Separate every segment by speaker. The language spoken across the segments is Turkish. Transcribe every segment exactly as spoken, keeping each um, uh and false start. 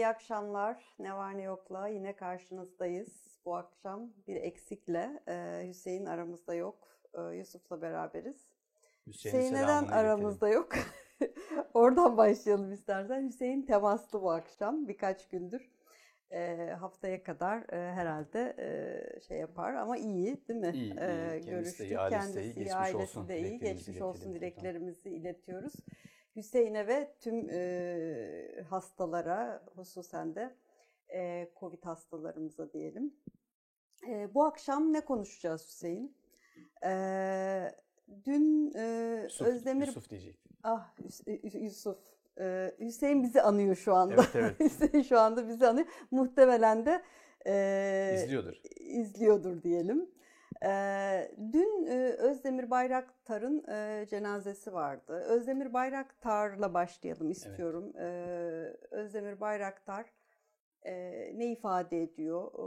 Speaker 1: iyi akşamlar. Ne var ne yokla yine karşınızdayız. Bu akşam bir eksikle e, Hüseyin aramızda yok. E, Yusuf'la beraberiz.
Speaker 2: Hüseyin,
Speaker 1: Hüseyin neden aramızda yok? Oradan başlayalım istersen. Hüseyin temaslı bu akşam birkaç gündür. E, haftaya kadar e, herhalde e, şey yapar ama iyi değil mi?
Speaker 2: İyi, iyi.
Speaker 1: E,
Speaker 2: Kendisi
Speaker 1: görüştük.
Speaker 2: de iyi, ailesi de iyi.
Speaker 1: Kendisi iyi,
Speaker 2: Geçmiş
Speaker 1: ailesi
Speaker 2: olsun
Speaker 1: de iyi.
Speaker 2: dileklerimizi
Speaker 1: Geçmiş olsun
Speaker 2: iletelim.
Speaker 1: dileklerimizi iletiyoruz. Hüseyin'e ve tüm e, hastalara, hususen de e, Covid hastalarımıza diyelim. E, bu akşam ne konuşacağız Hüseyin? E, dün e,
Speaker 2: Yusuf,
Speaker 1: Özdemir...
Speaker 2: Yusuf diyecektim.
Speaker 1: Ah Yusuf. Ee, Hüseyin bizi anıyor şu anda.
Speaker 2: Evet, evet.
Speaker 1: Hüseyin şu anda bizi anıyor. Muhtemelen de e,
Speaker 2: izliyordur.
Speaker 1: izliyordur diyelim. E, dün e, Özdemir Bayraktar'ın e, cenazesi vardı. Özdemir Bayraktar'la başlayalım istiyorum. Evet. E, Özdemir Bayraktar e, ne ifade ediyor? E,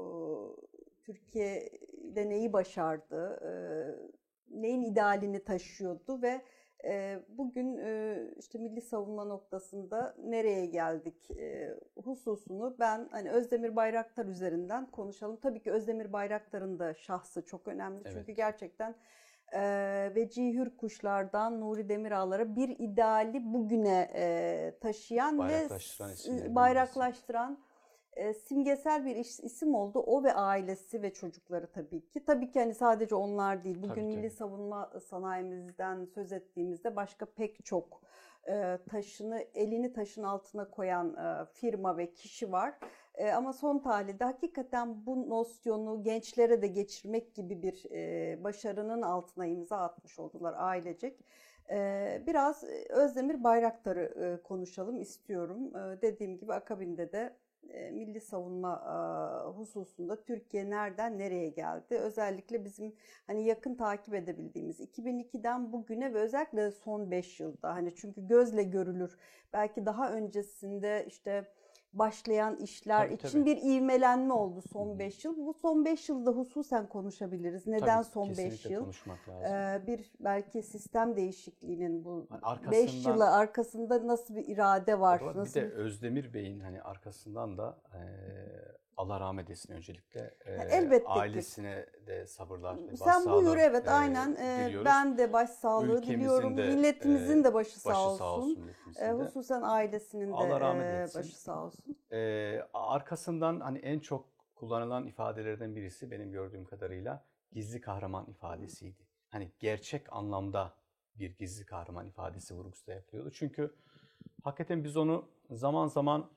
Speaker 1: Türkiye'de neyi başardı? E, neyin idealini taşıyordu ve bugün işte milli savunma noktasında nereye geldik hususunu ben hani Özdemir Bayraktar üzerinden konuşalım. Tabii ki Özdemir Bayraktar'ın da şahsı çok önemli. Evet. Çünkü gerçekten Vecihi Hürkuşlar'dan Nuri Demirağlar'a bir ideali bugüne taşıyan ve bayraklaştıran simgesel bir isim oldu. O ve ailesi ve çocukları tabii ki. Tabii ki hani sadece onlar değil. Bugün tabii, milli tabii. savunma sanayimizden söz ettiğimizde başka pek çok taşını, elini taşın altına koyan firma ve kişi var. Ama son tahlilde hakikaten bu nosyonu gençlere de geçirmek gibi bir başarının altına imza atmış oldular ailecek. Biraz Özdemir Bayraktar'ı konuşalım istiyorum. Dediğim gibi akabinde de milli savunma hususunda Türkiye nereden nereye geldi? Özellikle bizim hani yakın takip edebildiğimiz iki bin ikiden bugüne ve özellikle son beş yılda hani çünkü gözle görülür. Belki daha öncesinde işte başlayan işler tabii, için tabii. bir ivmelenme oldu son beş yıl. Bu son beş yılda hususen konuşabiliriz. Neden tabii, son beş yıl?
Speaker 2: Konuşmak lazım.
Speaker 1: Ee, bir belki sistem değişikliğinin bu beş yıla arkasında nasıl bir irade var?
Speaker 2: var.
Speaker 1: Nasıl
Speaker 2: bir de Özdemir Bey'in hani arkasından da e, Allah rahmet eylesin öncelikle e,
Speaker 1: elbette
Speaker 2: ailesine ki. de sabırlar ve
Speaker 1: Sen buyur evet
Speaker 2: e,
Speaker 1: aynen diliyoruz. Ben de başsağlığı Ülkemizin diliyorum. De, milletimizin de başı, başı sağ olsun. Sağ olsun e, hususen ailesinin
Speaker 2: Allah
Speaker 1: de
Speaker 2: rahmet
Speaker 1: e, başı sağ olsun.
Speaker 2: E, arkasından hani en çok kullanılan ifadelerden birisi benim gördüğüm kadarıyla gizli kahraman ifadesiydi. Hani gerçek anlamda bir gizli kahraman ifadesi vurgusu da yapılıyordu. Çünkü hakikaten biz onu zaman zaman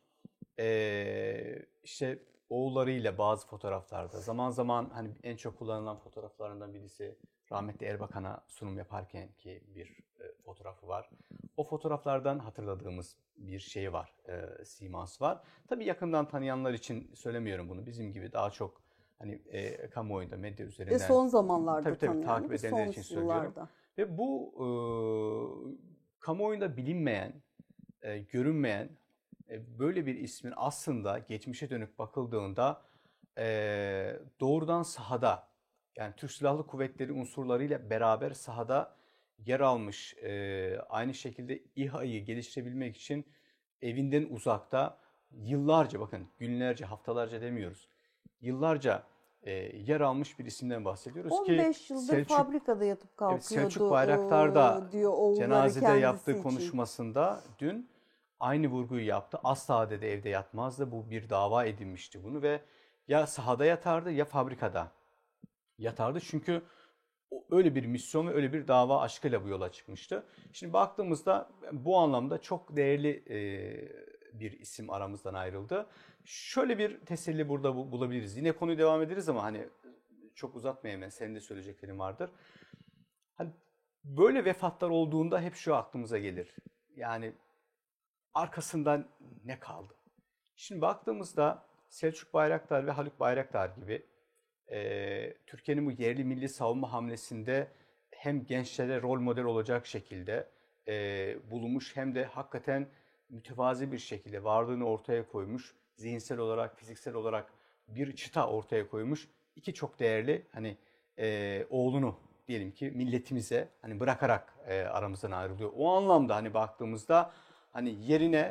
Speaker 2: e, işte oğullarıyla bazı fotoğraflarda, zaman zaman hani en çok kullanılan fotoğraflarından birisi rahmetli Erbakan'a sunum yaparken ki bir e, fotoğrafı var. O fotoğraflardan hatırladığımız bir şey var, e, siması var. Tabii yakından tanıyanlar için söylemiyorum bunu. Bizim gibi daha çok hani e, kamuoyunda, medya üzerinden.
Speaker 1: Ve son zamanlarda
Speaker 2: tabii, tabii, takip edenler için söylüyorum. Ve bu e, kamuoyunda bilinmeyen, e, görünmeyen e, böyle bir ismin aslında geçmişe dönük bakıldığında e, doğrudan sahada, yani Türk Silahlı Kuvvetleri unsurlarıyla beraber sahada yer almış, e, aynı şekilde İHA'yı geliştirebilmek için evinden uzakta yıllarca, bakın günlerce, haftalarca demiyoruz, yıllarca e, yer almış bir isimden bahsediyoruz
Speaker 1: on beş
Speaker 2: ki
Speaker 1: on beş yıldır
Speaker 2: Selçuk,
Speaker 1: fabrikada yatıp kalkıyordu.
Speaker 2: Evet, Selçuk Bayraktar da
Speaker 1: diyor,
Speaker 2: cenazede yaptığı
Speaker 1: için.
Speaker 2: konuşmasında dün aynı vurguyu yaptı. Asla dedi evde yatmazdı. Bu bir dava edinmişti bunu ve ya sahada yatardı ya fabrikada yatardı. Çünkü öyle bir misyon ve öyle bir dava aşkıyla bu yola çıkmıştı. Şimdi baktığımızda bu anlamda çok değerli bir isim aramızdan ayrıldı. Şöyle bir teselli burada bulabiliriz. Yine konuyu devam ederiz ama hani çok uzatmayayım, senin de söyleyeceklerin vardır. Hani böyle vefatlar olduğunda hep şu aklımıza gelir. Yani arkasından ne kaldı? Şimdi baktığımızda Selçuk Bayraktar ve Haluk Bayraktar gibi e, Türkiye'nin bu yerli milli savunma hamlesinde hem gençlere rol model olacak şekilde e, bulunmuş hem de hakikaten mütevazi bir şekilde varlığını ortaya koymuş, zihinsel olarak, fiziksel olarak bir çıta ortaya koymuş iki çok değerli hani e, oğlunu diyelim ki milletimize hani bırakarak e, aramızdan ayrılıyor. O anlamda hani baktığımızda hani yerine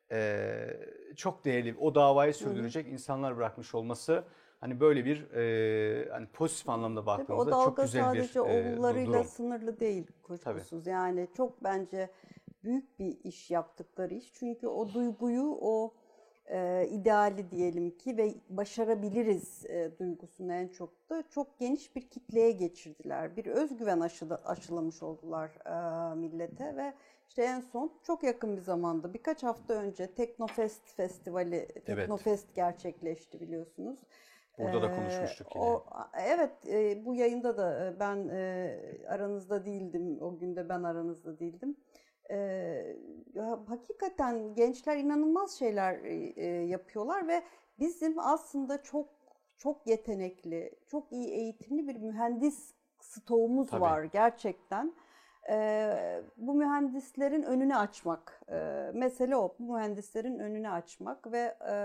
Speaker 2: e, çok değerli, o davayı
Speaker 1: Hı hı.
Speaker 2: sürdürecek insanlar bırakmış olması hani böyle bir e, hani pozitif anlamda
Speaker 1: Tabii o
Speaker 2: baktığımızda çok
Speaker 1: dalga
Speaker 2: güzel bir
Speaker 1: sadece
Speaker 2: e, du-
Speaker 1: oğullarıyla
Speaker 2: durum.
Speaker 1: sınırlı değil
Speaker 2: Tabii.
Speaker 1: kuşkusuz. Yani çok bence büyük bir iş yaptıkları iş. Çünkü o duyguyu, o e, ideali diyelim ki ve başarabiliriz e, duygusunu en çok da çok geniş bir kitleye geçirdiler. Bir özgüven aşıda, aşılamış oldular e, millete ve işte en son çok yakın bir zamanda birkaç hafta önce Teknofest Festivali,
Speaker 2: Evet.
Speaker 1: Teknofest gerçekleşti biliyorsunuz.
Speaker 2: Burada da
Speaker 1: Ee,
Speaker 2: konuşmuştuk yine.
Speaker 1: o evet e, bu yayında da e, ben e, aranızda değildim. O günde ben aranızda değildim. Ee, ya, hakikaten gençler inanılmaz şeyler e, e, yapıyorlar ve bizim aslında çok çok yetenekli, çok iyi eğitimli bir mühendis stoğumuz
Speaker 2: Tabii.
Speaker 1: var gerçekten. Ee, bu mühendislerin önünü açmak. Ee, mesele o. Bu mühendislerin önünü açmak ve e,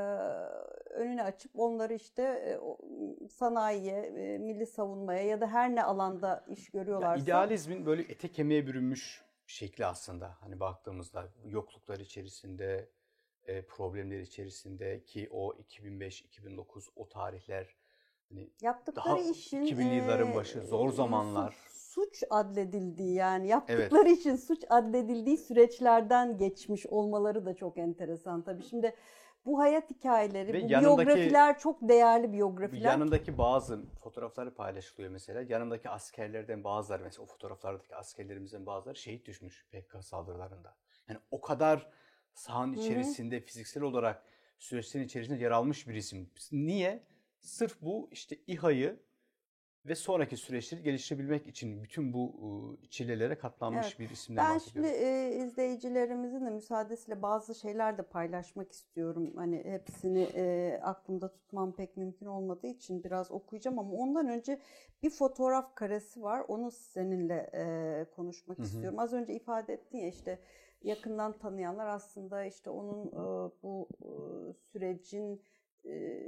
Speaker 1: önünü açıp onları işte e, o, sanayiye, e, milli savunmaya ya da her ne alanda iş
Speaker 2: Ya
Speaker 1: görüyorlarsa.
Speaker 2: idealizmin böyle ete kemiğe bürünmüş şekli aslında. Hani baktığımızda yokluklar içerisinde, e, problemler içerisinde ki o iki bin beş iki bin dokuz o tarihler hani
Speaker 1: Yaptıkları
Speaker 2: daha
Speaker 1: işin
Speaker 2: iki binli yılların
Speaker 1: e,
Speaker 2: başı zor
Speaker 1: Yusuf
Speaker 2: zamanlar.
Speaker 1: suç adledildiği yani
Speaker 2: Evet.
Speaker 1: yaptıkları için suç adledildiği süreçlerden geçmiş olmaları da çok enteresan tabii. Şimdi bu hayat
Speaker 2: Ve
Speaker 1: hikayeleri, bu
Speaker 2: yanındaki
Speaker 1: biyografiler çok değerli biyografiler.
Speaker 2: yanındaki bazı fotoğrafları paylaşılıyor mesela. Yanındaki askerlerden bazıları mesela o fotoğraflardaki askerlerimizin bazıları şehit düşmüş P K K saldırılarında. Yani o kadar sahanın
Speaker 1: Hı hı.
Speaker 2: içerisinde fiziksel olarak süreçlerin içerisinde yer almış bir isim. Niye? Sırf bu işte İHA'yı ve sonraki süreçleri geliştirebilmek için bütün bu ıı, çilelere
Speaker 1: Evet.
Speaker 2: katlanmış bir isimden
Speaker 1: Ben şimdi
Speaker 2: bahsediyoruz.
Speaker 1: e, izleyicilerimizin de müsaadesiyle bazı şeyler de paylaşmak istiyorum. Hani hepsini e, aklımda tutmam pek mümkün olmadığı için biraz okuyacağım ama ondan önce bir fotoğraf karesi var. Onu seninle e, konuşmak
Speaker 2: Hı hı.
Speaker 1: istiyorum. Az önce ifade ettin ya işte yakından tanıyanlar aslında işte onun e, bu e, sürecin e,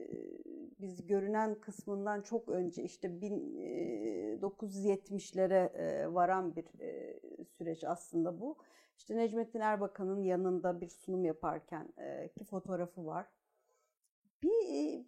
Speaker 1: biz görünen kısmından çok önce işte bin dokuz yüz yetmişlere e, varan bir e, süreç aslında bu. İşte Necmettin Erbakan'ın yanında bir sunum yaparken e, ki fotoğrafı var. Bir e,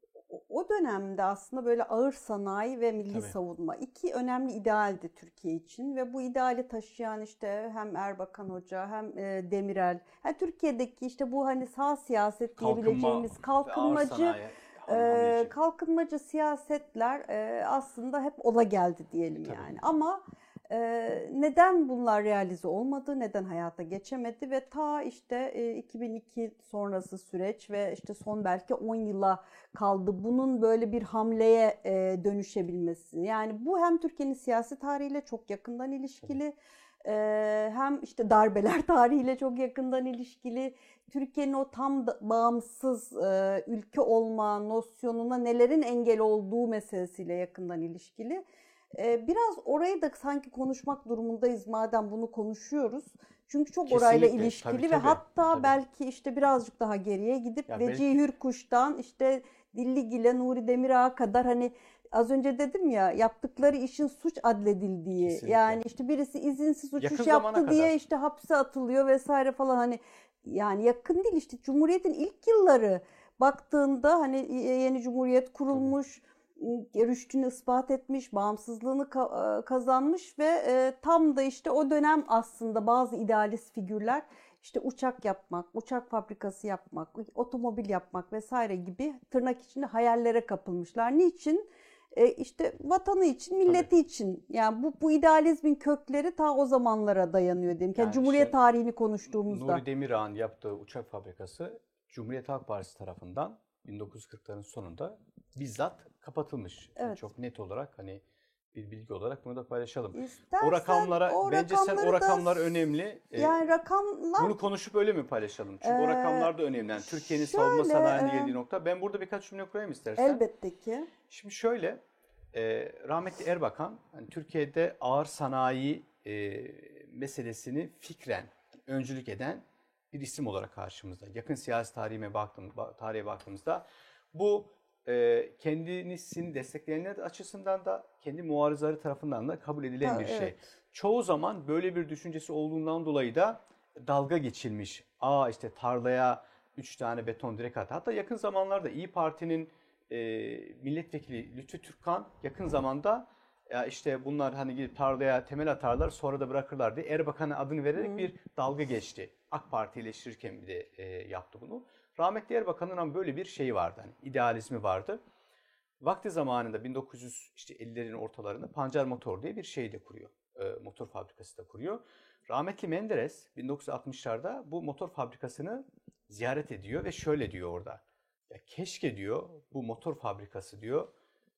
Speaker 1: o dönemde aslında böyle ağır sanayi ve milli
Speaker 2: Tabii.
Speaker 1: savunma iki önemli idealdi Türkiye için ve bu ideali taşıyan işte hem Erbakan Hoca hem e, Demirel, yani Türkiye'deki işte bu hani sağ siyaset
Speaker 2: Kalkınma
Speaker 1: diyebileceğimiz
Speaker 2: ve ağır
Speaker 1: kalkınmacı
Speaker 2: sanayi ham-
Speaker 1: e,
Speaker 2: hamleci.
Speaker 1: kalkınmacı siyasetler e, aslında hep ola geldi diyelim
Speaker 2: Tabii.
Speaker 1: yani. Ama e, neden bunlar realize olmadı, neden hayata geçemedi ve ta işte e, iki bin iki sonrası süreç ve işte son belki on yıla kaldı. Bunun böyle bir hamleye e, dönüşebilmesi. Yani bu hem Türkiye'nin siyasi tarihiyle çok yakından ilişkili, e, hem işte darbeler tarihiyle çok yakından ilişkili. Türkiye'nin o tam bağımsız e, ülke olma nosyonuna nelerin engel olduğu meselesiyle yakından ilişkili. E, biraz orayı da sanki konuşmak durumundayız madem bunu konuşuyoruz. Çünkü çok orayla
Speaker 2: Kesinlikle. Tabii
Speaker 1: ilişkili ve
Speaker 2: tabii.
Speaker 1: hatta
Speaker 2: Tabii.
Speaker 1: belki işte birazcık daha geriye gidip
Speaker 2: Ya
Speaker 1: Vecihi
Speaker 2: belki
Speaker 1: Hürkuş'tan işte Dilligil'e, Nuri Demirağ'a kadar hani az önce dedim ya yaptıkları işin suç adledildiği
Speaker 2: kesinlikle.
Speaker 1: yani işte birisi izinsiz
Speaker 2: Yakın
Speaker 1: uçuş
Speaker 2: zamana
Speaker 1: yaptı diye
Speaker 2: kadar.
Speaker 1: işte hapse atılıyor vesaire falan hani yani yakın değil işte Cumhuriyet'in ilk yılları baktığında hani yeni Cumhuriyet
Speaker 2: Tabii.
Speaker 1: kurulmuş, rüştünü ispat etmiş, bağımsızlığını kazanmış ve e, tam da işte o dönem aslında bazı idealist figürler işte uçak yapmak, uçak fabrikası yapmak, otomobil yapmak vesaire gibi tırnak içinde hayallere kapılmışlar. Niçin? E, işte vatanı için,
Speaker 2: Tabii.
Speaker 1: milleti için. Yani bu, bu idealizmin kökleri ta o zamanlara dayanıyor diyelim. Yani
Speaker 2: Yani
Speaker 1: Cumhuriyet
Speaker 2: işte
Speaker 1: tarihini konuştuğumuzda.
Speaker 2: Nuri Demirağ'ın yaptığı uçak fabrikası Cumhuriyet Halk Partisi tarafından bin dokuz yüz kırkların sonunda bizzat kapatılmış. Yani
Speaker 1: Evet.
Speaker 2: çok net olarak hani bir bilgi olarak bunu da paylaşalım. O
Speaker 1: İstersen
Speaker 2: rakamlara
Speaker 1: o
Speaker 2: bence sen o
Speaker 1: rakamları da
Speaker 2: rakamlar önemli. Ee,
Speaker 1: yani rakamlar
Speaker 2: bunu konuşup öyle mi paylaşalım? Çünkü o
Speaker 1: e,
Speaker 2: rakamlar da önemli. Yani Türkiye'nin savunma
Speaker 1: şöyle
Speaker 2: sanayine
Speaker 1: e,
Speaker 2: geldiği nokta. Ben burada birkaç cümle kurayım istersen.
Speaker 1: elbette ki.
Speaker 2: Şimdi şöyle, e, rahmetli Erbakan hani Türkiye'de ağır sanayi e, meselesini fikren öncülük eden bir isim olarak karşımızda. Yakın siyasi tarihime baktığım, tarihe baktığımızda bu e, kendisini destekleyenler açısından da kendi muarızları tarafından da kabul edilen
Speaker 1: Ta,
Speaker 2: bir şey.
Speaker 1: evet.
Speaker 2: Çoğu zaman böyle bir düşüncesi olduğundan dolayı da dalga geçilmiş. Aa işte tarlaya üç tane beton direk attı. Hatta yakın zamanlarda İyi Parti'nin e, milletvekili Lütfü Türkkan yakın zamanda ya işte bunlar hani gidip tarlaya temel atarlar sonra da bırakırlar diye Erbakan'a adını vererek
Speaker 1: Hı.
Speaker 2: bir dalga geçti. AK Parti eleştirirken bir de e, yaptı bunu. Rahmetli Erbakan'ın ama böyle bir şeyi vardı. Hani idealizmi vardı. Vakti zamanında bin dokuz yüz ellilerin ortalarında Pancar Motor diye bir şey de kuruyor. E, motor fabrikası da kuruyor. Rahmetli Menderes bin dokuz yüz altmışlarda bu motor fabrikasını ziyaret ediyor ve şöyle diyor orada. Ya keşke diyor bu motor fabrikası diyor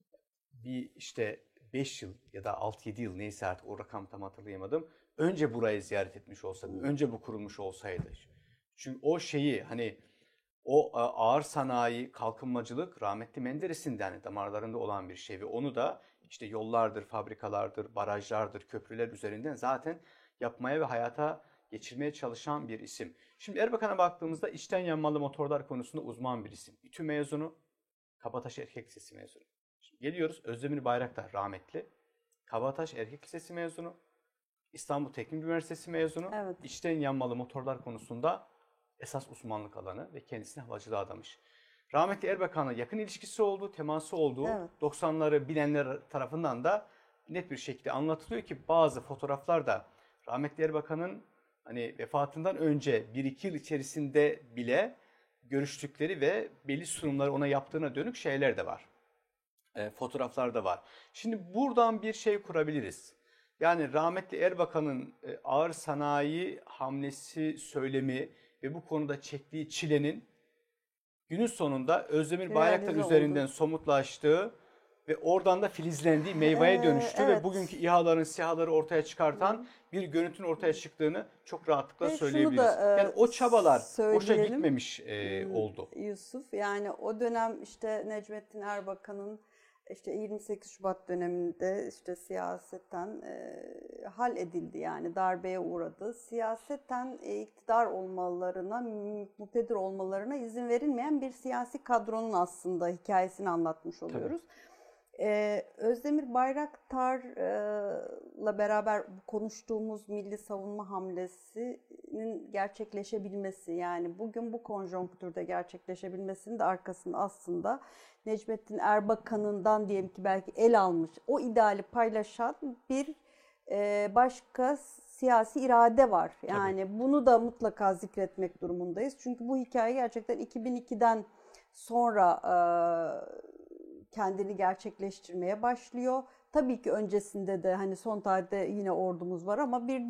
Speaker 2: bir işte beş yıl ya da altı yedi yıl neyse artık o rakam tam hatırlayamadım. Önce burayı ziyaret etmiş olsaydı, önce bu kurulmuş olsaydı. Çünkü o şeyi hani o ağır sanayi, kalkınmacılık rahmetli Menderes'in de hani damarlarında olan bir şey ve onu da işte yollardır, fabrikalardır, barajlardır, köprüler üzerinden zaten yapmaya ve hayata geçirmeye çalışan bir isim. Şimdi Erbakan'a baktığımızda içten yanmalı motorlar konusunda uzman bir isim. İTÜ mezunu, Kabataş Erkek Lisesi mezunu. Şimdi geliyoruz Özdemir Bayraktar rahmetli. Kabataş Erkek Lisesi mezunu, İstanbul Teknik Üniversitesi mezunu.
Speaker 1: Evet.
Speaker 2: İçten yanmalı motorlar konusunda esas uzmanlık alanı ve kendisini havacılığa adamış. Rahmetli Erbakan'la yakın ilişkisi olduğu, teması olduğu
Speaker 1: Evet.
Speaker 2: doksanları bilenler tarafından da net bir şekilde anlatılıyor ki bazı fotoğraflarda rahmetli Erbakan'ın hani vefatından önce bir iki yıl içerisinde bile görüştükleri ve belli sunumları ona yaptığına dönük şeyler de var. E, fotoğraflar da var. Şimdi buradan bir şey kurabiliriz. Yani rahmetli Erbakan'ın e, ağır sanayi hamlesi söylemi ve bu konuda çektiği çilenin günün sonunda Özdemir Bayraktar
Speaker 1: Realize
Speaker 2: üzerinden
Speaker 1: oldu.
Speaker 2: somutlaştığı ve oradan da filizlendiği meyveye
Speaker 1: Ee,
Speaker 2: dönüştü ve
Speaker 1: evet.
Speaker 2: bugünkü İHA'ların, SİHA'ları ortaya çıkartan
Speaker 1: Hı.
Speaker 2: bir görüntünün ortaya çıktığını çok rahatlıkla
Speaker 1: Ve şunu
Speaker 2: söyleyebiliriz.
Speaker 1: da
Speaker 2: Yani
Speaker 1: e,
Speaker 2: o çabalar boşa
Speaker 1: söyleyelim
Speaker 2: gitmemiş e,
Speaker 1: Hmm,
Speaker 2: oldu.
Speaker 1: Yusuf. Yani o dönem işte Necmettin Erbakan'ın işte yirmi sekiz Şubat döneminde işte siyaseten e, hal edildi, yani darbeye uğradı. Siyaseten e, iktidar olmalarına, muktedir olmalarına izin verilmeyen bir siyasi kadronun aslında hikayesini anlatmış
Speaker 2: Tabii.
Speaker 1: oluyoruz. Ee, Özdemir Bayraktar'la beraber konuştuğumuz milli savunma hamlesinin gerçekleşebilmesi, yani bugün bu konjonktürde gerçekleşebilmesinin de arkasında aslında Necmettin Erbakan'ından diyelim ki belki el almış, o ideali paylaşan bir e, başka siyasi irade var. Yani
Speaker 2: Tabii.
Speaker 1: bunu da mutlaka zikretmek durumundayız. Çünkü bu hikaye gerçekten iki bin ikiden sonra e, kendini gerçekleştirmeye başlıyor. Tabii ki öncesinde de hani son tarihte yine ordumuz var ama bir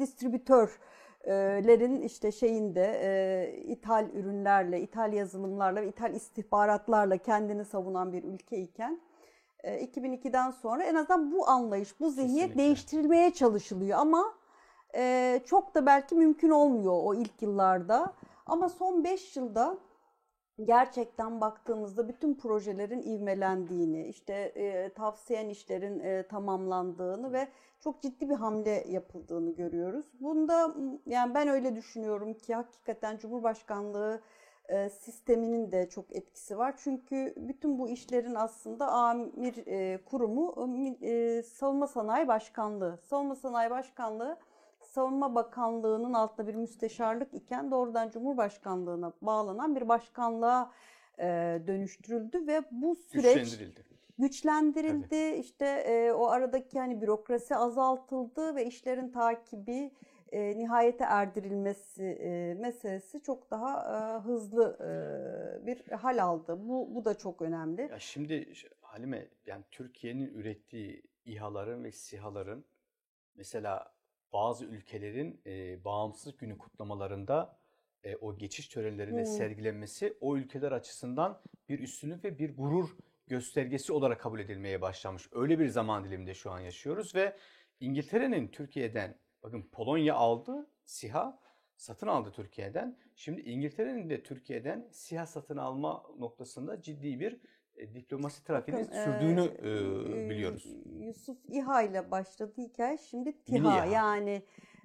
Speaker 1: distribütörlerin işte şeyinde e, ithal ürünlerle, ithal yazılımlarla ve ithal istihbaratlarla kendini savunan bir ülkeyken e, iki bin ikiden sonra en azından bu anlayış, bu zihniyet
Speaker 2: Kesinlikle.
Speaker 1: değiştirilmeye çalışılıyor ama e, çok da belki mümkün olmuyor o ilk yıllarda. Ama son beş yılda gerçekten baktığımızda bütün projelerin ivmelendiğini, işte e, tavsiyen işlerin e, tamamlandığını ve çok ciddi bir hamle yapıldığını görüyoruz. Bunda yani ben öyle düşünüyorum ki hakikaten Cumhurbaşkanlığı e, sisteminin de çok etkisi var. Çünkü bütün bu işlerin aslında amir e, kurumu e, Savunma Sanayi Başkanlığı. Savunma Sanayi Başkanlığı Savunma Bakanlığı'nın altında bir müsteşarlık iken doğrudan Cumhurbaşkanlığı'na bağlanan bir başkanlığa e, dönüştürüldü ve bu süreç
Speaker 2: Güçlendirildi.
Speaker 1: güçlendirildi.
Speaker 2: Tabii.
Speaker 1: İşte e, o aradaki hani bürokrasi azaltıldı ve işlerin takibi, e, nihayete erdirilmesi e, meselesi çok daha e, hızlı e, bir hal aldı. Bu bu da çok önemli.
Speaker 2: Ya şimdi Halime yani Türkiye'nin ürettiği İHA'ların ve SİHA'ların mesela bazı ülkelerin e, bağımsızlık günü kutlamalarında e, o geçiş törenlerinde
Speaker 1: Hmm.
Speaker 2: sergilenmesi o ülkeler açısından bir üstünlük ve bir gurur göstergesi olarak kabul edilmeye başlamış. Öyle bir zaman diliminde şu an yaşıyoruz ve İngiltere'nin Türkiye'den, bakın Polonya aldı SİHA, satın aldı Türkiye'den. Şimdi İngiltere'nin de Türkiye'den SİHA satın alma noktasında ciddi bir e, diplomasi trafiğinin
Speaker 1: Bakın,
Speaker 2: sürdüğünü
Speaker 1: e,
Speaker 2: e, biliyoruz.
Speaker 1: Yusuf İHA ile başladı hikaye, şimdi
Speaker 2: Mini
Speaker 1: TİHA,
Speaker 2: İHA.
Speaker 1: yani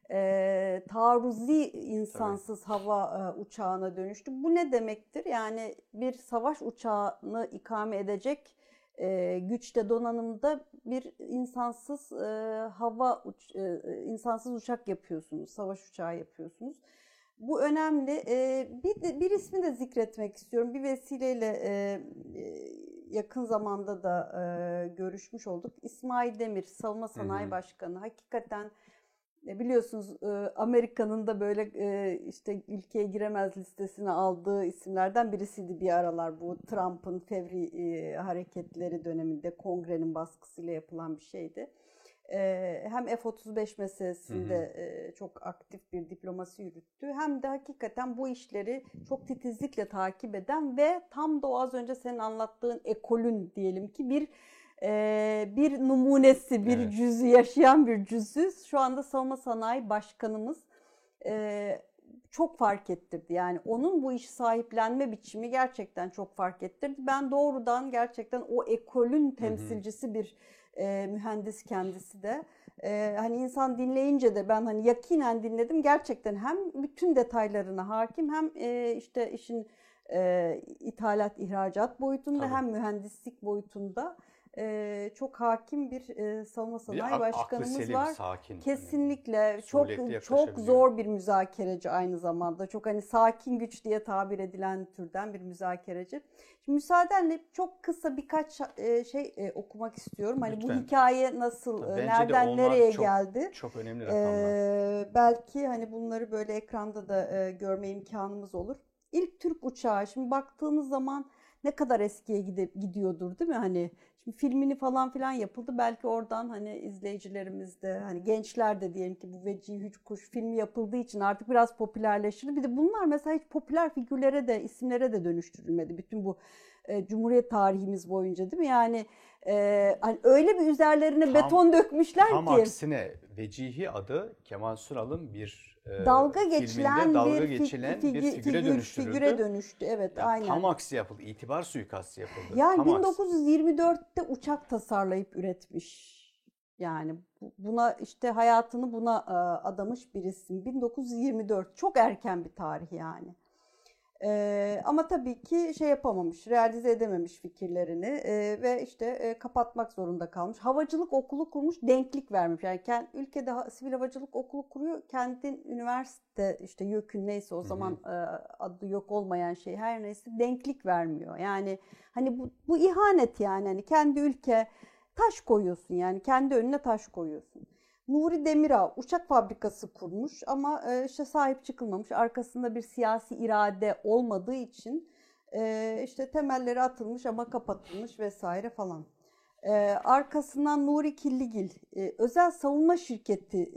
Speaker 1: e, taarruzi insansız hava e, uçağına dönüştü. Bu ne demektir? Yani bir savaş uçağını ikame edecek e, güçte, donanımda bir insansız e, hava uç, e, insansız uçak yapıyorsunuz, savaş uçağı yapıyorsunuz. Bu önemli. Ee, bir, de, bir ismi de zikretmek istiyorum. Bir vesileyle e, yakın zamanda da e, görüşmüş olduk. İsmail Demir, Savunma Sanayi
Speaker 2: Hı hı.
Speaker 1: Başkanı. Hakikaten biliyorsunuz Amerika'nın da böyle işte ülkeye giremez listesine aldığı isimlerden birisiydi bir aralar. Bu Trump'ın fevri hareketleri döneminde kongrenin baskısıyla yapılan bir şeydi. Hem F otuz beş meselesinde hı hı. çok aktif bir diplomasi yürüttü. Hem de hakikaten bu işleri çok titizlikle takip eden ve tam da o az önce senin anlattığın ekolün diyelim ki bir bir numunesi, bir evet. cüzü, yaşayan bir cüzü. Şu anda Savunma Sanayi Başkanımız çok fark ettirdi. Yani onun bu işi sahiplenme biçimi gerçekten çok fark ettirdi. Ben doğrudan gerçekten o ekolün temsilcisi hı hı. bir e, mühendis kendisi de. E, hani insan dinleyince de ben hani yakinen dinledim. Gerçekten hem bütün detaylarına hakim hem e, işte işin e, ithalat, ihracat boyutunda Tabii. hem mühendislik boyutunda e, çok hakim bir e, savunma sanayi bir başkanımız selim, var. Sakin, Kesinlikle hani, çok çok zor bir müzakereci aynı zamanda. Çok hani sakin güç diye tabir edilen türden bir müzakereci. Şimdi müsaadenle çok kısa birkaç e, şey e, okumak istiyorum. Hani Lütfen. Bu hikaye nasıl, Tabii, nereden nereye çok, geldi?
Speaker 2: Çok önemli rakamlar.
Speaker 1: E, belki hani bunları böyle ekranda da e, görme imkanımız olur. İlk Türk uçağı, şimdi baktığımız zaman ne kadar eskiye gidip gidiyordur değil mi? Hani şimdi filmini falan filan yapıldı. Belki oradan hani izleyicilerimiz de hani gençler de diyelim ki bu Vecihi Üç Kuş filmi yapıldığı için artık biraz popülerleşti. Bir de bunlar mesela hiç popüler figürlere de isimlere de dönüştürülmedi. Bütün bu e, Cumhuriyet tarihimiz boyunca değil mi? Yani e, hani öyle bir üzerlerine tam, beton dökmüşler
Speaker 2: tam
Speaker 1: ki.
Speaker 2: Tam aksine Vecihi adı Kemal Sunal'ın bir
Speaker 1: dalga geçilen
Speaker 2: dalga
Speaker 1: bir,
Speaker 2: geçilen
Speaker 1: figür,
Speaker 2: bir figüre
Speaker 1: figür,
Speaker 2: dönüştürüldü.
Speaker 1: Figüre dönüştü. Evet,
Speaker 2: yani
Speaker 1: aynen.
Speaker 2: Tam aksi yapıldı. İtibar suikastı yapıldı.
Speaker 1: Yani
Speaker 2: tam
Speaker 1: bin dokuz yüz yirmi dörtte aksi. uçak tasarlayıp üretmiş. Yani buna işte hayatını buna adamış birisi. bin dokuz yüz yirmi dört çok erken bir tarih yani. Ee, ama tabii ki şey yapamamış, realize edememiş fikirlerini ee, ve işte e, kapatmak zorunda kalmış. Havacılık okulu kurmuş, denklik vermiş. Yani kendi, ülkede ha, sivil havacılık okulu kuruyor, kendi üniversite işte YÖK'ün neyse o zaman hı hı. E, adı yok olmayan şey her neyse denklik vermiyor. Yani hani bu, bu ihanet yani hani kendi ülke taş koyuyorsun yani kendi önüne taş koyuyorsun. Nuri Demirağ uçak fabrikası kurmuş ama işte sahip çıkılmamış. Arkasında bir siyasi irade olmadığı için işte temelleri atılmış ama kapatılmış vesaire falan. Arkasından Nuri Killigil özel savunma şirketi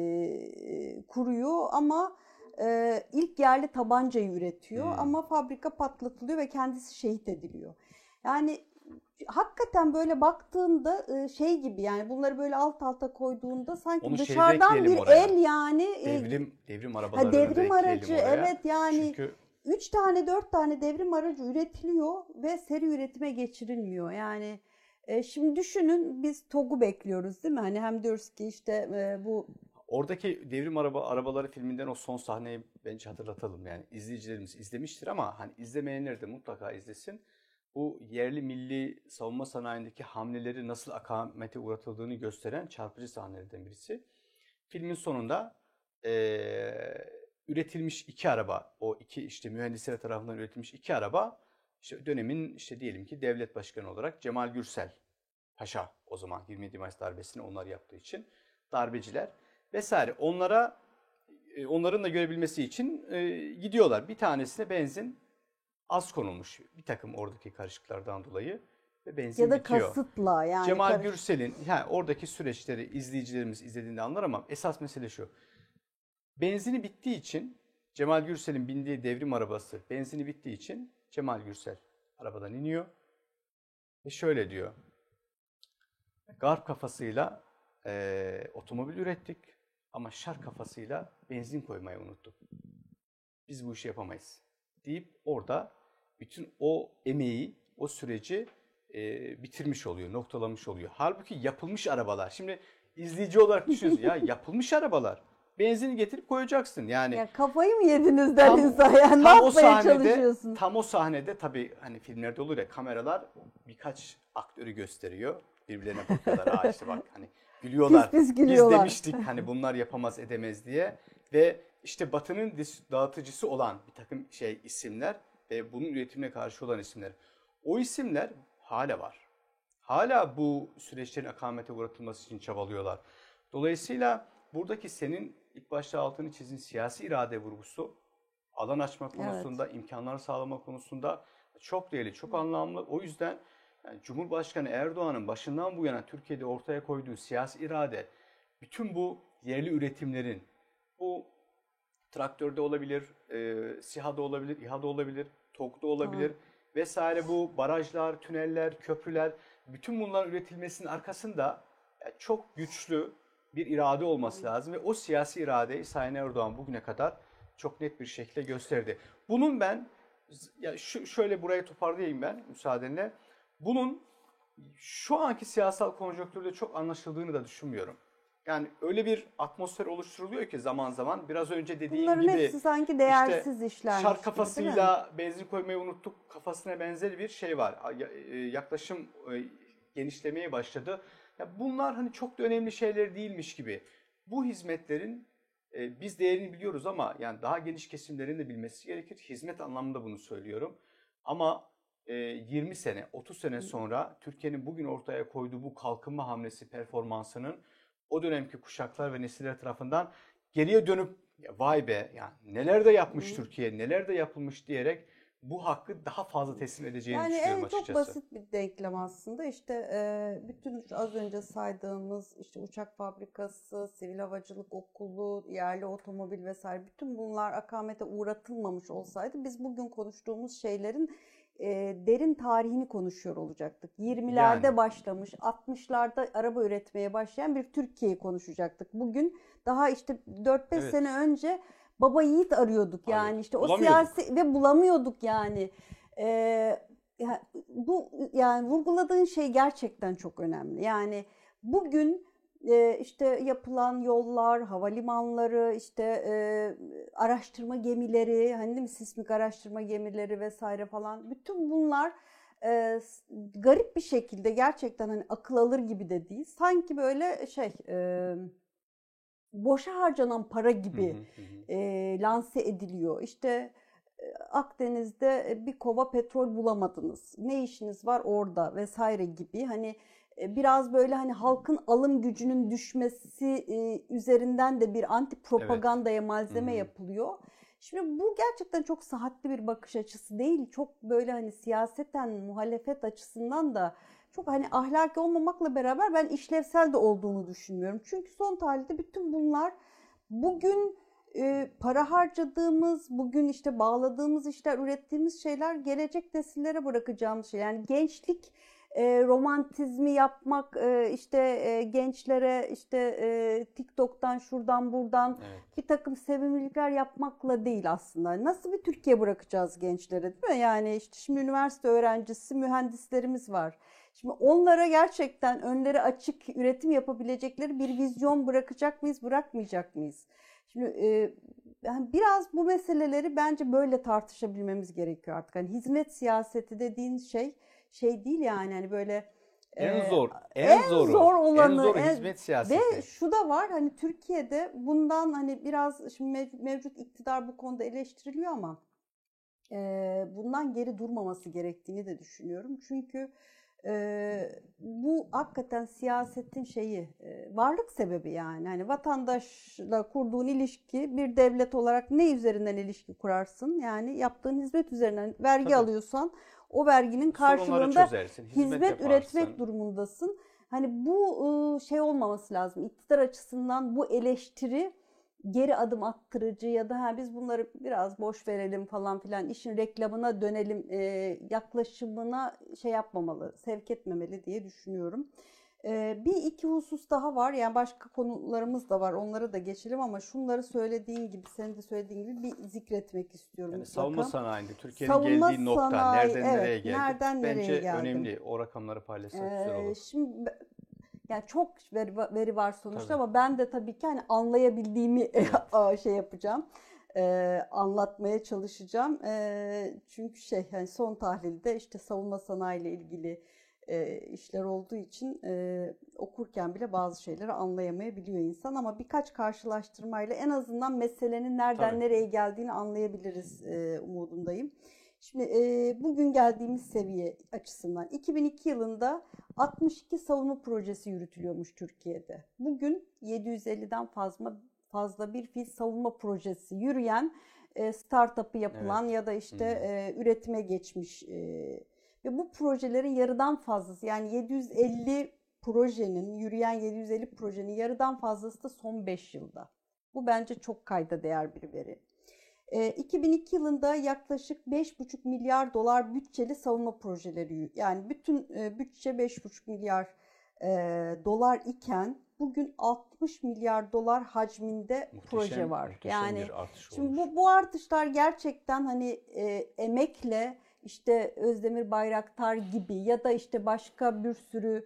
Speaker 1: kuruyor ama ilk yerli tabancayı üretiyor hmm. ama fabrika patlatılıyor ve kendisi şehit ediliyor. Yani hakikaten böyle baktığında şey gibi yani bunları böyle alt alta koyduğunda sanki Onu dışarıdan bir oraya. el yani
Speaker 2: devrim devrim arabaları
Speaker 1: ha, devrim aracı evet yani Çünkü... üç tane dört tane devrim aracı üretiliyor ve seri üretime geçirilmiyor. Yani e, şimdi düşünün biz TOG'u bekliyoruz değil mi? Hani hem diyoruz ki işte e, bu
Speaker 2: Oradaki devrim araba arabaları filminden o son sahneyi bence hatırlatalım. Yani izleyicilerimiz izlemiştir ama hani izlemeyenler de mutlaka izlesin. Bu yerli milli savunma sanayindeki hamleleri nasıl akamete uğratıldığını gösteren çarpıcı sahnelerden birisi. Filmin sonunda e, üretilmiş iki araba, o iki işte mühendisler tarafından üretilmiş iki araba, işte dönemin işte diyelim ki devlet başkanı olarak Cemal Gürsel Paşa, o zaman yirmi yedi Mayıs darbesini onlar yaptığı için darbeciler vesaire onlara onların da görebilmesi için e, gidiyorlar. Bir tanesine benzin az konulmuş bir takım oradaki karışıklardan dolayı ve benzin
Speaker 1: ya da
Speaker 2: bitiyor.
Speaker 1: kasıtla yani.
Speaker 2: Cemal karış... Gürsel'in yani oradaki süreçleri izleyicilerimiz izlediğinde anlar ama esas mesele şu. Benzini bittiği için Cemal Gürsel'in bindiği devrim arabası benzini bittiği için Cemal Gürsel arabadan iniyor ve şöyle diyor. Garp kafasıyla e, otomobil ürettik ama şark kafasıyla benzin koymayı unuttuk. Biz bu işi yapamayız deyip orada bütün o emeği, o süreci e, bitirmiş oluyor, noktalamış oluyor. Halbuki yapılmış arabalar. Şimdi izleyici olarak düşünüyorsun ya yapılmış arabalar. Benzini getirip koyacaksın. Yani
Speaker 1: ya kafayı mı yediniz der insan yani ne yapmaya sahnede, çalışıyorsun?
Speaker 2: Tam o sahnede tabii hani filmlerde olur ya kameralar birkaç aktörü gösteriyor. Birbirlerine bakıyorlar. Aa işte bak hani gülüyorlar.
Speaker 1: Pis pis gülüyorlar.
Speaker 2: Biz demiştik hani bunlar yapamaz edemez diye ve işte Batı'nın dağıtıcısı olan bir takım şey isimler ve bunun üretimine karşı olan isimler. O isimler hala var. Hala bu süreçlerin akamete uğratılması için çabalıyorlar. Dolayısıyla buradaki senin ilk başta altını çizdiğin siyasi irade vurgusu alan açma konusunda, evet. imkanlar sağlama konusunda çok değerli, çok anlamlı. O yüzden yani Cumhurbaşkanı Erdoğan'ın başından bu yana Türkiye'de ortaya koyduğu siyasi irade, bütün bu yerli üretimlerin, bu traktörde olabilir, e, SİHA'da olabilir, İHA'da olabilir, TOG'da olabilir tamam. vesaire, bu barajlar, tüneller, köprüler, bütün bunların üretilmesinin arkasında yani çok güçlü bir irade olması lazım ve o siyasi iradeyi Sayın Erdoğan bugüne kadar çok net bir şekilde gösterdi. Bunun ben, ya şu, şöyle burayı toparlayayım ben müsaadenle. Bunun şu anki siyasal konjonktürde çok anlaşıldığını da düşünmüyorum. Yani öyle bir atmosfer oluşturuluyor ki zaman zaman, biraz önce dediğim
Speaker 1: Bunların
Speaker 2: gibi.
Speaker 1: Bunların hepsi sanki değersiz
Speaker 2: işte,
Speaker 1: işler.
Speaker 2: Şark kafasıyla benzin koymayı unuttuk kafasına benzer bir şey var. Yaklaşım genişlemeye başladı. Ya bunlar hani çok da önemli şeyler değilmiş gibi. Bu hizmetlerin e, biz değerini biliyoruz ama yani daha geniş kesimlerin de bilmesi gerekir. Hizmet anlamında bunu söylüyorum. Ama e, yirmi sene, otuz sene sonra Türkiye'nin bugün ortaya koyduğu bu kalkınma hamlesi performansının o dönemki kuşaklar ve nesiller tarafından geriye dönüp ya vay be yani neler de yapmış Türkiye, neler de yapılmış diyerek bu hakkı daha fazla teslim edeceğini
Speaker 1: yani
Speaker 2: düşünüyorum
Speaker 1: en
Speaker 2: açıkçası.
Speaker 1: Yani çok basit bir denklem aslında. İşte e, bütün az önce saydığımız işte uçak fabrikası, sivil havacılık okulu, yerli otomobil vesaire, bütün bunlar akamete uğratılmamış olsaydı biz bugün konuştuğumuz şeylerin e, derin tarihini konuşuyor olacaktık. yirmilerde yani. başlamış, altmışlarda araba üretmeye başlayan bir Türkiye'yi konuşacaktık. Bugün daha işte dört beş evet. sene önce baba yiğit arıyorduk yani Hayır, işte o siyasi ve bulamıyorduk yani. Ee, bu yani vurguladığın şey gerçekten çok önemli. Yani bugün e, işte yapılan yollar, havalimanları, işte e, araştırma gemileri, hani değil mi, sismik araştırma gemileri vesaire falan, bütün bunlar e, garip bir şekilde gerçekten hani akıl alır gibi de değil. Sanki böyle şey e, boşa harcanan para gibi hı hı hı. E, lanse ediliyor. İşte e, Akdeniz'de bir kova petrol bulamadınız. Ne işiniz var orada vesaire gibi. Hani e, biraz böyle hani halkın alım gücünün düşmesi e, üzerinden de bir anti propagandaya evet. malzeme hı hı. yapılıyor. Şimdi bu gerçekten çok sıhhatli bir bakış açısı değil. Çok böyle hani siyaseten muhalefet açısından da çok hani ahlaki olmamakla beraber ben işlevsel de olduğunu düşünmüyorum. Çünkü son tarihte bütün bunlar bugün e, para harcadığımız, bugün işte bağladığımız işler, ürettiğimiz şeyler gelecek nesillere bırakacağımız şey. Yani gençlik e, romantizmi yapmak, e, işte e, gençlere işte e, TikTok'tan şuradan buradan evet. bir takım sevimlilikler yapmakla değil aslında. Nasıl bir Türkiye bırakacağız gençlere, değil mi? Yani işte şimdi üniversite öğrencisi mühendislerimiz var. Şimdi onlara gerçekten önleri açık üretim yapabilecekleri bir vizyon bırakacak mıyız, bırakmayacak mıyız? Şimdi e, yani biraz bu meseleleri bence böyle tartışabilmemiz gerekiyor artık. Hani hizmet siyaseti dediğin şey şey değil yani hani böyle
Speaker 2: en zor, en, en zoru,
Speaker 1: zor olanı,
Speaker 2: en zor hizmet siyaseti.
Speaker 1: Ve şu da var, hani Türkiye'de bundan hani biraz şimdi mevcut iktidar bu konuda eleştiriliyor ama e, bundan geri durmaması gerektiğini de düşünüyorum. Çünkü Ee, bu hakikaten siyasetin şeyi, e, varlık sebebi yani. Hani vatandaşla kurduğun ilişki, bir devlet olarak ne üzerinden ilişki kurarsın? Yani yaptığın hizmet üzerinden vergi Tabii. alıyorsan o verginin karşılığında hizmet, hizmet üretmek durumundasın. Hani bu şey olmaması lazım. İktidar açısından bu eleştiri geri adım attırıcı ya da ha, biz bunları biraz boş verelim falan filan, işin reklamına dönelim e, yaklaşımına şey yapmamalı, sevk etmemeli diye düşünüyorum. E, bir iki husus daha var, yani başka konularımız da var, onları da geçelim ama şunları söylediğin gibi, senin de söylediğin gibi bir zikretmek istiyorum.
Speaker 2: Yani savunma sanayinde Türkiye'nin
Speaker 1: savunma
Speaker 2: geldiği nokta
Speaker 1: sanayi,
Speaker 2: nereden
Speaker 1: evet,
Speaker 2: nereye geldi?
Speaker 1: nereden
Speaker 2: Bence
Speaker 1: nereye geldi?
Speaker 2: önemli, o rakamları paylaşsak ee, güzel olur.
Speaker 1: Şimdi yani çok veri, veri var sonuçta
Speaker 2: tabii.
Speaker 1: ama ben de tabii ki hani anlayabildiğimi evet. şey yapacağım, e, anlatmaya çalışacağım. E, çünkü şey hani son tahlilde işte savunma sanayi ile ilgili e, işler olduğu için e, okurken bile bazı şeyleri anlayamayabiliyor insan. Ama birkaç karşılaştırmayla en azından meselenin nereden
Speaker 2: Tabii.
Speaker 1: nereye geldiğini anlayabiliriz e, umudundayım. Şimdi e, bugün geldiğimiz seviye açısından iki bin iki yılında altmış iki savunma projesi yürütülüyormuş Türkiye'de. Bugün yedi yüz elliden fazla fazla bir fiil savunma projesi yürüyen, e, startup'ı yapılan
Speaker 2: Evet.
Speaker 1: ya da işte
Speaker 2: Hmm.
Speaker 1: e, üretime geçmiş e, ve bu projelerin yarıdan fazlası, yani yedi yüz elli projenin, yürüyen yedi yüz elli projenin yarıdan fazlası da son beş yılda. Bu bence çok kayda değer bir veri. iki bin iki yılında yaklaşık beş buçuk milyar dolar bütçeli savunma projeleri, yani bütün bütçe beş buçuk milyar dolar iken bugün altmış milyar dolar hacminde
Speaker 2: Muhteşem,
Speaker 1: proje var.
Speaker 2: muhteşem
Speaker 1: Yani
Speaker 2: bir artış
Speaker 1: şimdi
Speaker 2: olmuş.
Speaker 1: bu, bu artışlar gerçekten hani e, emekle işte Özdemir Bayraktar gibi ya da işte başka bir sürü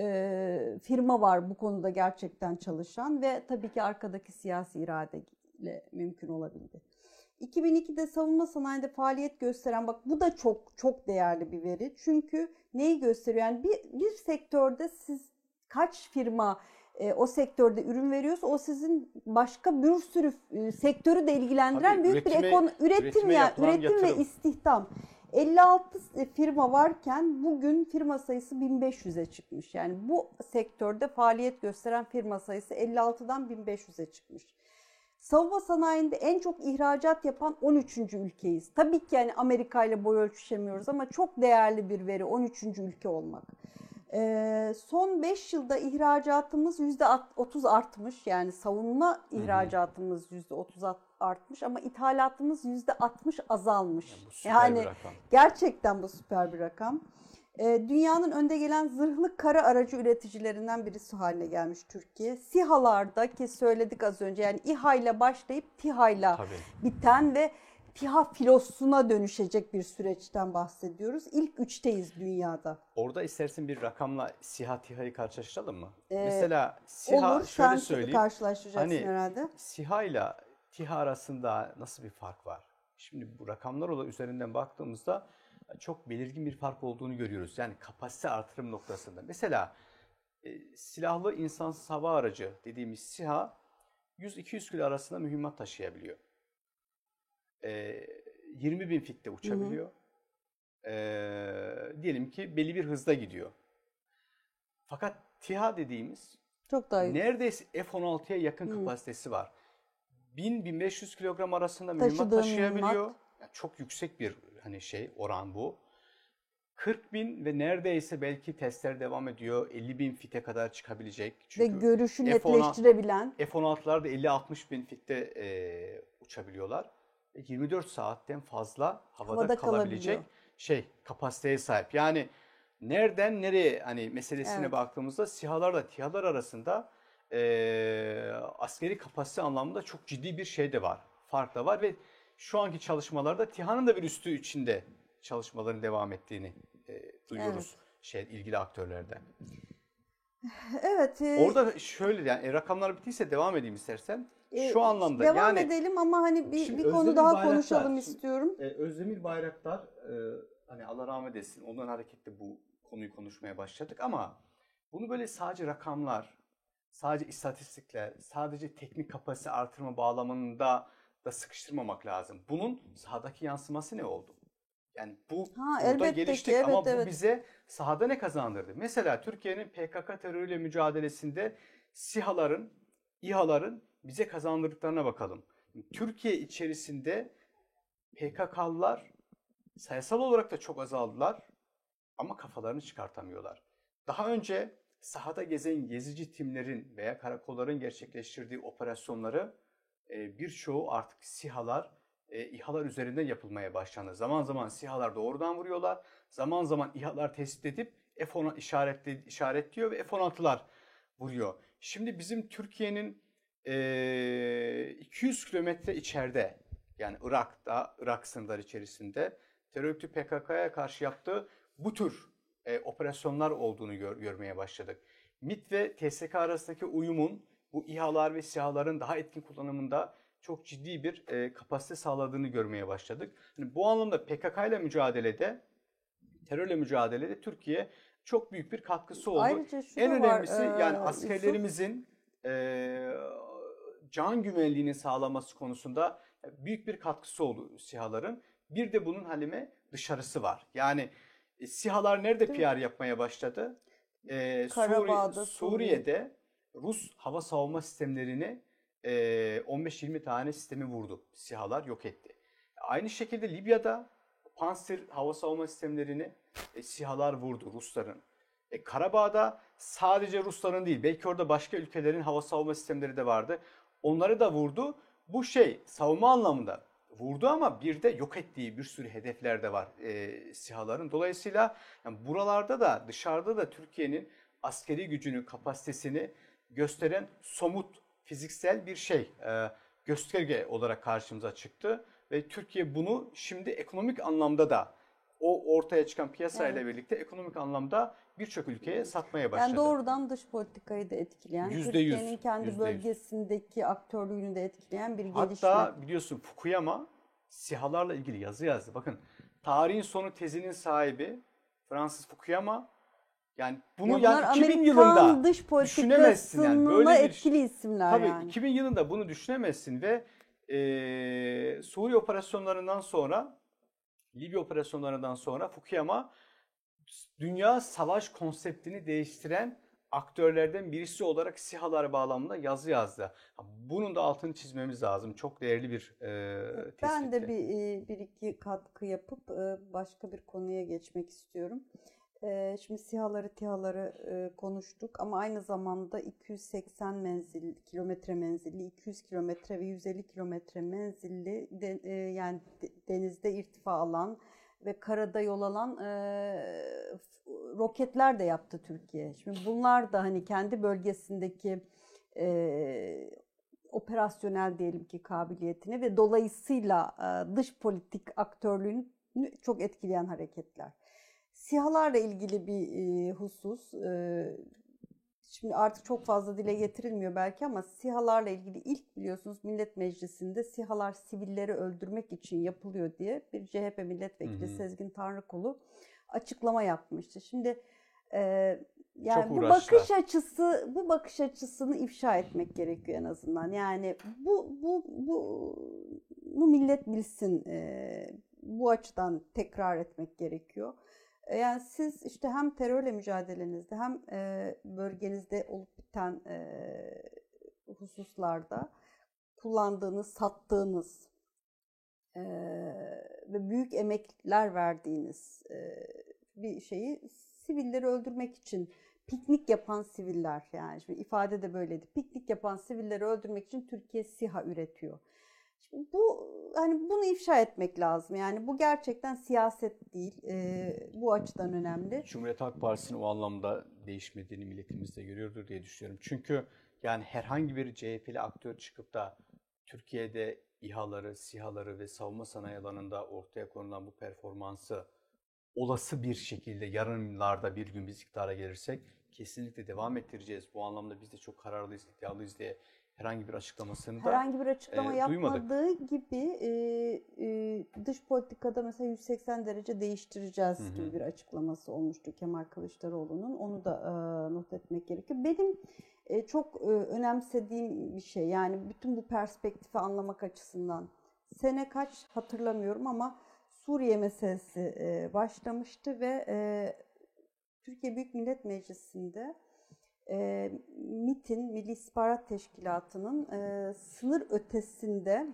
Speaker 1: e, firma var bu konuda gerçekten çalışan ve tabii ki arkadaki siyasi iradeyle mümkün olabildi. iki bin ikide savunma sanayinde faaliyet gösteren, bak bu da çok çok değerli bir veri. Çünkü neyi gösteriyor? Yani bir, bir sektörde siz kaç firma e, o sektörde ürün veriyorsa o sizin başka bir sürü e, sektörü de ilgilendiren
Speaker 2: Tabii,
Speaker 1: büyük
Speaker 2: üretime,
Speaker 1: bir ekonomi, üretim
Speaker 2: üretime
Speaker 1: yani
Speaker 2: yapılan
Speaker 1: üretim
Speaker 2: yatırım.
Speaker 1: ve istihdam. elli altı firma varken bugün firma sayısı bin beş yüze çıkmış. Yani bu sektörde faaliyet gösteren firma sayısı elli altıdan bin beş yüze çıkmış. Savunma sanayinde en çok ihracat yapan on üçüncü ülkeyiz. Tabii ki yani Amerika ile boy ölçüşemiyoruz ama çok değerli bir veri on üçüncü ülke olmak. Ee, son beş yılda ihracatımız yüzde otuz artmış. Yani savunma ihracatımız yüzde otuz artmış ama ithalatımız yüzde altmış azalmış.
Speaker 2: Yani bu süper
Speaker 1: yani
Speaker 2: bir rakam.
Speaker 1: Gerçekten bu süper bir rakam. Dünyanın önde gelen zırhlı kara aracı üreticilerinden birisi haline gelmiş Türkiye. SİHA'larda ki söyledik az önce, yani İHA ile başlayıp TİHA ile biten ve TİHA filosuna dönüşecek bir süreçten bahsediyoruz. İlk üçteyiz dünyada.
Speaker 2: Orada istersen bir rakamla SİHA TİHA'yı karşılaştıralım mı?
Speaker 1: Ee,
Speaker 2: Mesela SİHA
Speaker 1: olur,
Speaker 2: şöyle
Speaker 1: sen
Speaker 2: söyleyeyim.
Speaker 1: karşılaştıracaksın
Speaker 2: Hani
Speaker 1: herhalde.
Speaker 2: SİHA ile TİHA arasında nasıl bir fark var? Şimdi bu rakamlar üzerinden baktığımızda çok belirgin bir fark olduğunu görüyoruz. Yani kapasite artırım noktasında. Mesela e, silahlı insansız hava aracı dediğimiz SİHA yüz iki yüz kilo arasında mühimmat taşıyabiliyor. E, yirmi bin fitte uçabiliyor. Hı hı. E, diyelim ki belli bir hızda gidiyor. Fakat TİHA dediğimiz
Speaker 1: çok daha
Speaker 2: neredeyse F on altıya yakın hı. kapasitesi var. bin bin beş yüz kilogram arasında mühimmat
Speaker 1: Taşıdığı
Speaker 2: taşıyabiliyor.
Speaker 1: mühimmat.
Speaker 2: Yani çok yüksek bir hani şey oran bu. kırk bin ve neredeyse belki testler devam ediyor. elli bin fite kadar çıkabilecek. Çünkü
Speaker 1: ve görüşü netleştirebilen.
Speaker 2: F on altılar da elli altmış bin fitte e, uçabiliyorlar. Ve yirmi dört saatten fazla havada, havada kalabilecek şey kapasiteye sahip. Yani nereden nereye hani meselesine evet. baktığımızda SİHA'larla TİHA'lar arasında e, askeri kapasite anlamında çok ciddi bir şey de var. Fark da var ve şu anki çalışmalarda TİHA'nın da bir üstü içinde çalışmaların devam ettiğini e, duyuyoruz evet. şey ilgili aktörlerden.
Speaker 1: Evet. E,
Speaker 2: Orada şöyle yani e, rakamlar bittiyse devam edeyim istersen.
Speaker 1: E,
Speaker 2: şu anlamda
Speaker 1: devam
Speaker 2: yani
Speaker 1: edelim ama hani bir, bir konu daha Bayraktar, konuşalım şimdi, istiyorum.
Speaker 2: E, Özdemir Bayraktar e, hani Allah rahmet etsin ondan hareketle bu konuyu konuşmaya başladık ama bunu böyle sadece rakamlar, sadece istatistikler, sadece teknik kapasite artırma bağlamında da sıkıştırmamak lazım. Bunun sahadaki yansıması ne oldu? Yani bu
Speaker 1: ha,
Speaker 2: burada geliştik ki, evet, ama
Speaker 1: evet.
Speaker 2: bu bize sahada ne kazandırdı? Mesela Türkiye'nin P K K terörüyle mücadelesinde SİHA'ların, İHA'ların bize kazandırdıklarına bakalım. Türkiye içerisinde P K K'lılar sayısal olarak da çok azaldılar ama kafalarını çıkartamıyorlar. Daha önce sahada gezen gezici timlerin veya karakolların gerçekleştirdiği operasyonları birçoğu artık SİHA'lar, İHA'lar üzerinden yapılmaya başlandı. Zaman zaman SİHA'lar doğrudan vuruyorlar. Zaman zaman İHA'lar tespit edip F on işaretli, işaretliyor ve F on altılar vuruyor. Şimdi bizim Türkiye'nin e, iki yüz kilometre içeride yani Irak'ta, Irak sınırları içerisinde terör örgütü P K K'ya karşı yaptığı bu tür e, operasyonlar olduğunu gör, görmeye başladık. MİT ve T S K arasındaki uyumun bu İHA'lar ve SİHA'ların daha etkin kullanımında çok ciddi bir e, kapasite sağladığını görmeye başladık. Yani bu anlamda P K K ile mücadelede, terörle mücadelede Türkiye çok büyük bir katkısı oldu.
Speaker 1: Ayrıca şu
Speaker 2: En
Speaker 1: da var,
Speaker 2: önemlisi yani
Speaker 1: e,
Speaker 2: askerlerimizin e, can güvenliğini sağlaması konusunda büyük bir katkısı oldu SİHA'ların. Bir de bunun Halime dışarısı var. Yani e, SİHA'lar nerede
Speaker 1: Değil
Speaker 2: P R
Speaker 1: mi?
Speaker 2: yapmaya başladı? E, Suriye,
Speaker 1: Karabağ'da, Suriye.
Speaker 2: Suriye'de Rus hava savunma sistemlerini e, on beş yirmi tane sistemi vurdu. SİHA'lar yok etti. Aynı şekilde Libya'da Pantsir hava savunma sistemlerini e, SİHA'lar vurdu Rusların. E, Karabağ'da sadece Rusların değil, belki orada başka ülkelerin hava savunma sistemleri de vardı. Onları da vurdu. Bu şey savunma anlamında vurdu ama bir de yok ettiği bir sürü hedefler de var e, SİHA'ların. Dolayısıyla yani buralarda da dışarıda da Türkiye'nin askeri gücünü, kapasitesini gösteren somut fiziksel bir şey, e, gösterge olarak karşımıza çıktı. Ve Türkiye bunu şimdi ekonomik anlamda da o ortaya çıkan piyasayla
Speaker 1: Evet.
Speaker 2: birlikte ekonomik anlamda birçok ülkeye satmaya başladı.
Speaker 1: Yani doğrudan dış politikayı da etkileyen,
Speaker 2: Yüzde yüz,
Speaker 1: Türkiye'nin kendi
Speaker 2: yüzde yüz.
Speaker 1: bölgesindeki aktörlüğünü de etkileyen bir gelişme.
Speaker 2: Hatta biliyorsun Fukuyama SİHA'larla ilgili yazı yazdı. Bakın tarihin sonu tezinin sahibi Fransız Fukuyama, yani bunu
Speaker 1: Ya bunlar
Speaker 2: yani iki bin
Speaker 1: Amerikan
Speaker 2: yılında
Speaker 1: dış
Speaker 2: düşünemezsin yani böyle
Speaker 1: politikasına
Speaker 2: bir
Speaker 1: etkili isimler
Speaker 2: tabii
Speaker 1: yani.
Speaker 2: iki bin yılında bunu düşünemezsin ve e, Suriye operasyonlarından sonra, Libya operasyonlarından sonra Fukuyama dünya savaş konseptini değiştiren aktörlerden birisi olarak SİHA'lar bağlamında yazı yazdı. Bunun da altını çizmemiz lazım. Çok değerli bir e, tespitti.
Speaker 1: Ben de bir, e, bir iki katkı yapıp e, başka bir konuya geçmek istiyorum. E, Şimdi SİHA'ları, TİHA'ları e, konuştuk ama aynı zamanda iki yüz seksen menzil, kilometre menzilli, iki yüz kilometre ve yüz elli kilometre menzilli de, e, yani de- denizde irtifa alan ve karada yol alan e, f- roketler de yaptı Türkiye. Şimdi bunlar da hani kendi bölgesindeki e, operasyonel diyelim ki kabiliyetini ve dolayısıyla e, dış politik aktörlüğünü çok etkileyen hareketler. SİHA'larla ilgili bir e, husus, e, şimdi artık çok fazla dile getirilmiyor belki ama SİHA'larla ilgili ilk biliyorsunuz Millet Meclisi'nde SİHA'lar sivilleri öldürmek için yapılıyor diye bir C H P milletvekili
Speaker 2: Hı hı.
Speaker 1: Sezgin Tanrıkulu açıklama yapmıştı. Şimdi e, yani
Speaker 2: Çok
Speaker 1: bu
Speaker 2: uğraştılar.
Speaker 1: bakış açısı, bu bakış açısını ifşa etmek gerekiyor en azından. Yani bu bu bu bu millet bilsin. E, bu açıdan tekrar etmek gerekiyor. E, Yani siz işte hem terörle mücadelenizde hem e, bölgenizde olup biten e, hususlarda kullandığınız, sattığınız e, ve büyük emekler verdiğiniz e, bir şeyi sivilleri öldürmek için piknik yapan siviller, yani şimdi ifade de böyleydi. Piknik yapan sivilleri öldürmek için Türkiye SİHA üretiyor. Şimdi bu hani bunu ifşa etmek lazım. Yani bu gerçekten siyaset değil. E, bu açıdan önemli.
Speaker 2: Cumhuriyet Halk Partisi'nin o anlamda değişmediğini milletimiz de görüyordur diye düşünüyorum. Çünkü yani herhangi bir C H P'li aktör çıkıp da Türkiye'de İHA'ları, SİHA'ları ve savunma sanayi alanında ortaya konulan bu performansı olası bir şekilde yarınlarda bir gün biz iktidara gelirsek kesinlikle devam ettireceğiz. Bu anlamda biz de çok kararlıyız, iddialıyız diye herhangi bir açıklamasını da
Speaker 1: Herhangi bir açıklama
Speaker 2: e, duymadık.
Speaker 1: yapmadığı gibi e, e, dış politikada mesela yüz seksen derece değiştireceğiz
Speaker 2: Hı hı.
Speaker 1: gibi bir açıklaması olmuştu Kemal Kılıçdaroğlu'nun. Onu da e, not etmek gerekiyor. Benim e, çok e, önemsediğim bir şey, yani bütün bu perspektifi anlamak açısından, sene kaç hatırlamıyorum ama Suriye meselesi e, başlamıştı ve e, Türkiye Büyük Millet Meclisi'nde e, MİT'in, Milli İstihbarat Teşkilatı'nın e, sınır ötesinde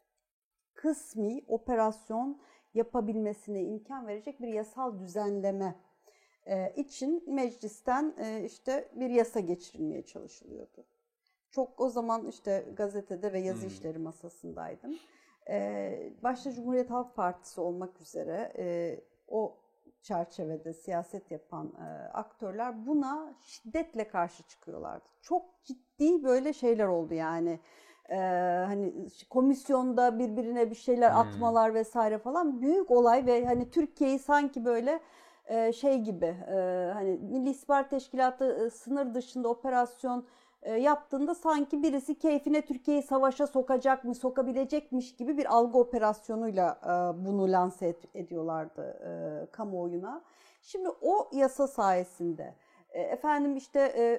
Speaker 1: kısmi operasyon yapabilmesine imkan verecek bir yasal düzenleme e, için meclisten e, işte bir yasa geçirilmeye çalışılıyordu. Çok o zaman işte gazetede ve yazı
Speaker 2: Hmm.
Speaker 1: işleri masasındaydım. E, başta Cumhuriyet Halk Partisi olmak üzere e, o çerçevede siyaset yapan e, aktörler buna şiddetle karşı çıkıyorlardı. Çok ciddi böyle şeyler oldu yani. E, hani komisyonda birbirine bir şeyler
Speaker 2: Hmm.
Speaker 1: atmalar vesaire falan büyük olay ve hani Türkiye'yi sanki böyle e, şey gibi e, hani Milli İstihbarat Teşkilatı e, sınır dışında operasyon e, yaptığında sanki birisi keyfine Türkiye'yi savaşa sokacak mı, sokabilecekmiş gibi bir algı operasyonuyla e, bunu lanse et, ediyorlardı e, kamuoyuna. Şimdi o yasa sayesinde e, efendim işte e,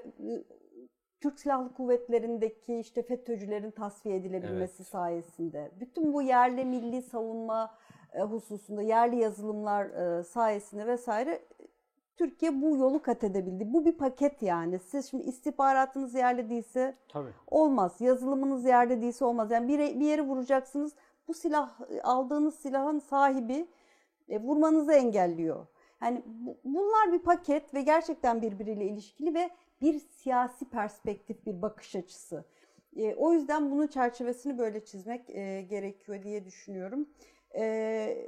Speaker 1: Türk Silahlı Kuvvetleri'ndeki işte FETÖ'cülerin tasfiye edilebilmesi
Speaker 2: Evet.
Speaker 1: sayesinde, bütün bu yerli milli savunma e, hususunda yerli yazılımlar e, sayesinde vesaire Türkiye bu yolu kat edebildi. Bu bir paket yani. Siz şimdi istihbaratınız yerli değilse
Speaker 2: Tabii.
Speaker 1: olmaz. Yazılımınız yerde değilse olmaz. Yani bir, bir yere vuracaksınız. Bu silah, aldığınız silahın sahibi e, vurmanızı engelliyor. Yani bu, bunlar bir paket ve gerçekten birbiriyle ilişkili ve bir siyasi perspektif, bir bakış açısı. E, o yüzden bunun çerçevesini böyle çizmek e, gerekiyor diye düşünüyorum. E,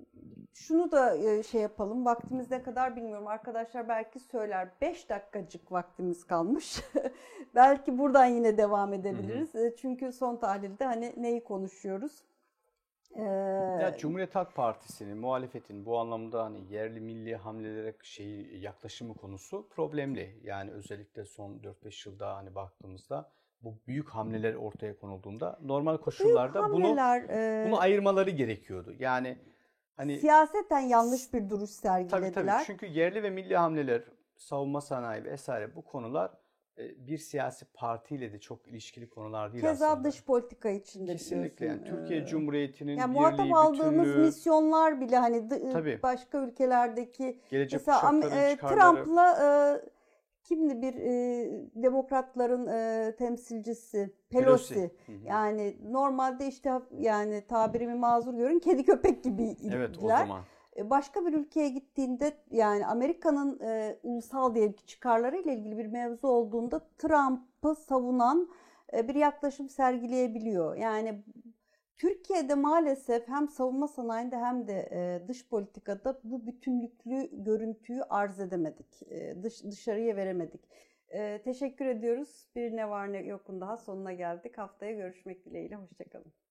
Speaker 1: şunu da e, şey yapalım, vaktimiz ne kadar bilmiyorum. Arkadaşlar belki söyler, beş dakikacık vaktimiz kalmış. Belki buradan yine devam edebiliriz. Hı hı. E, çünkü son tahlilde hani neyi konuşuyoruz?
Speaker 2: Ee, ya Cumhuriyet Halk Partisi'nin, muhalefetin bu anlamda hani yerli milli hamlelere şeyi yaklaşımı konusu problemli. Yani özellikle son dört beş yılda hani baktığımızda bu büyük hamleler ortaya konulduğunda normal koşullarda hamleler, bunu e... bunu ayırmaları gerekiyordu. Yani hani
Speaker 1: siyaseten yanlış bir duruş sergilediler.
Speaker 2: Tabii tabii. Çünkü yerli ve milli hamleler, savunma sanayi vesaire bu konular bir siyasi partiyle de çok ilişkili konular değil
Speaker 1: Keza
Speaker 2: aslında.
Speaker 1: Keza dış politika içinde.
Speaker 2: Kesinlikle yani Türkiye Cumhuriyeti'nin
Speaker 1: yani
Speaker 2: birliği,
Speaker 1: muhatap aldığımız
Speaker 2: bütünlüğü,
Speaker 1: misyonlar bile hani
Speaker 2: tabii,
Speaker 1: başka ülkelerdeki
Speaker 2: gelecek
Speaker 1: mesela e, Trump'la e, kimdi bir e, demokratların e, temsilcisi Pelosi. Pelosi. Yani normalde işte yani tabirimi mazur görün kedi köpek gibiydiler.
Speaker 2: Evet, o zaman.
Speaker 1: Başka bir ülkeye gittiğinde yani Amerika'nın e, ulusal diyelim ki çıkarlarıyla ilgili bir mevzu olduğunda Trump'ı savunan e, bir yaklaşım sergileyebiliyor. Yani Türkiye'de maalesef hem savunma sanayinde hem de e, dış politikada bu bütünlüklü görüntüyü arz edemedik. E, dış, dışarıya veremedik. E, teşekkür ediyoruz. Bir Ne Var Ne Yok'un daha sonuna geldik. Haftaya görüşmek dileğiyle. Hoşçakalın.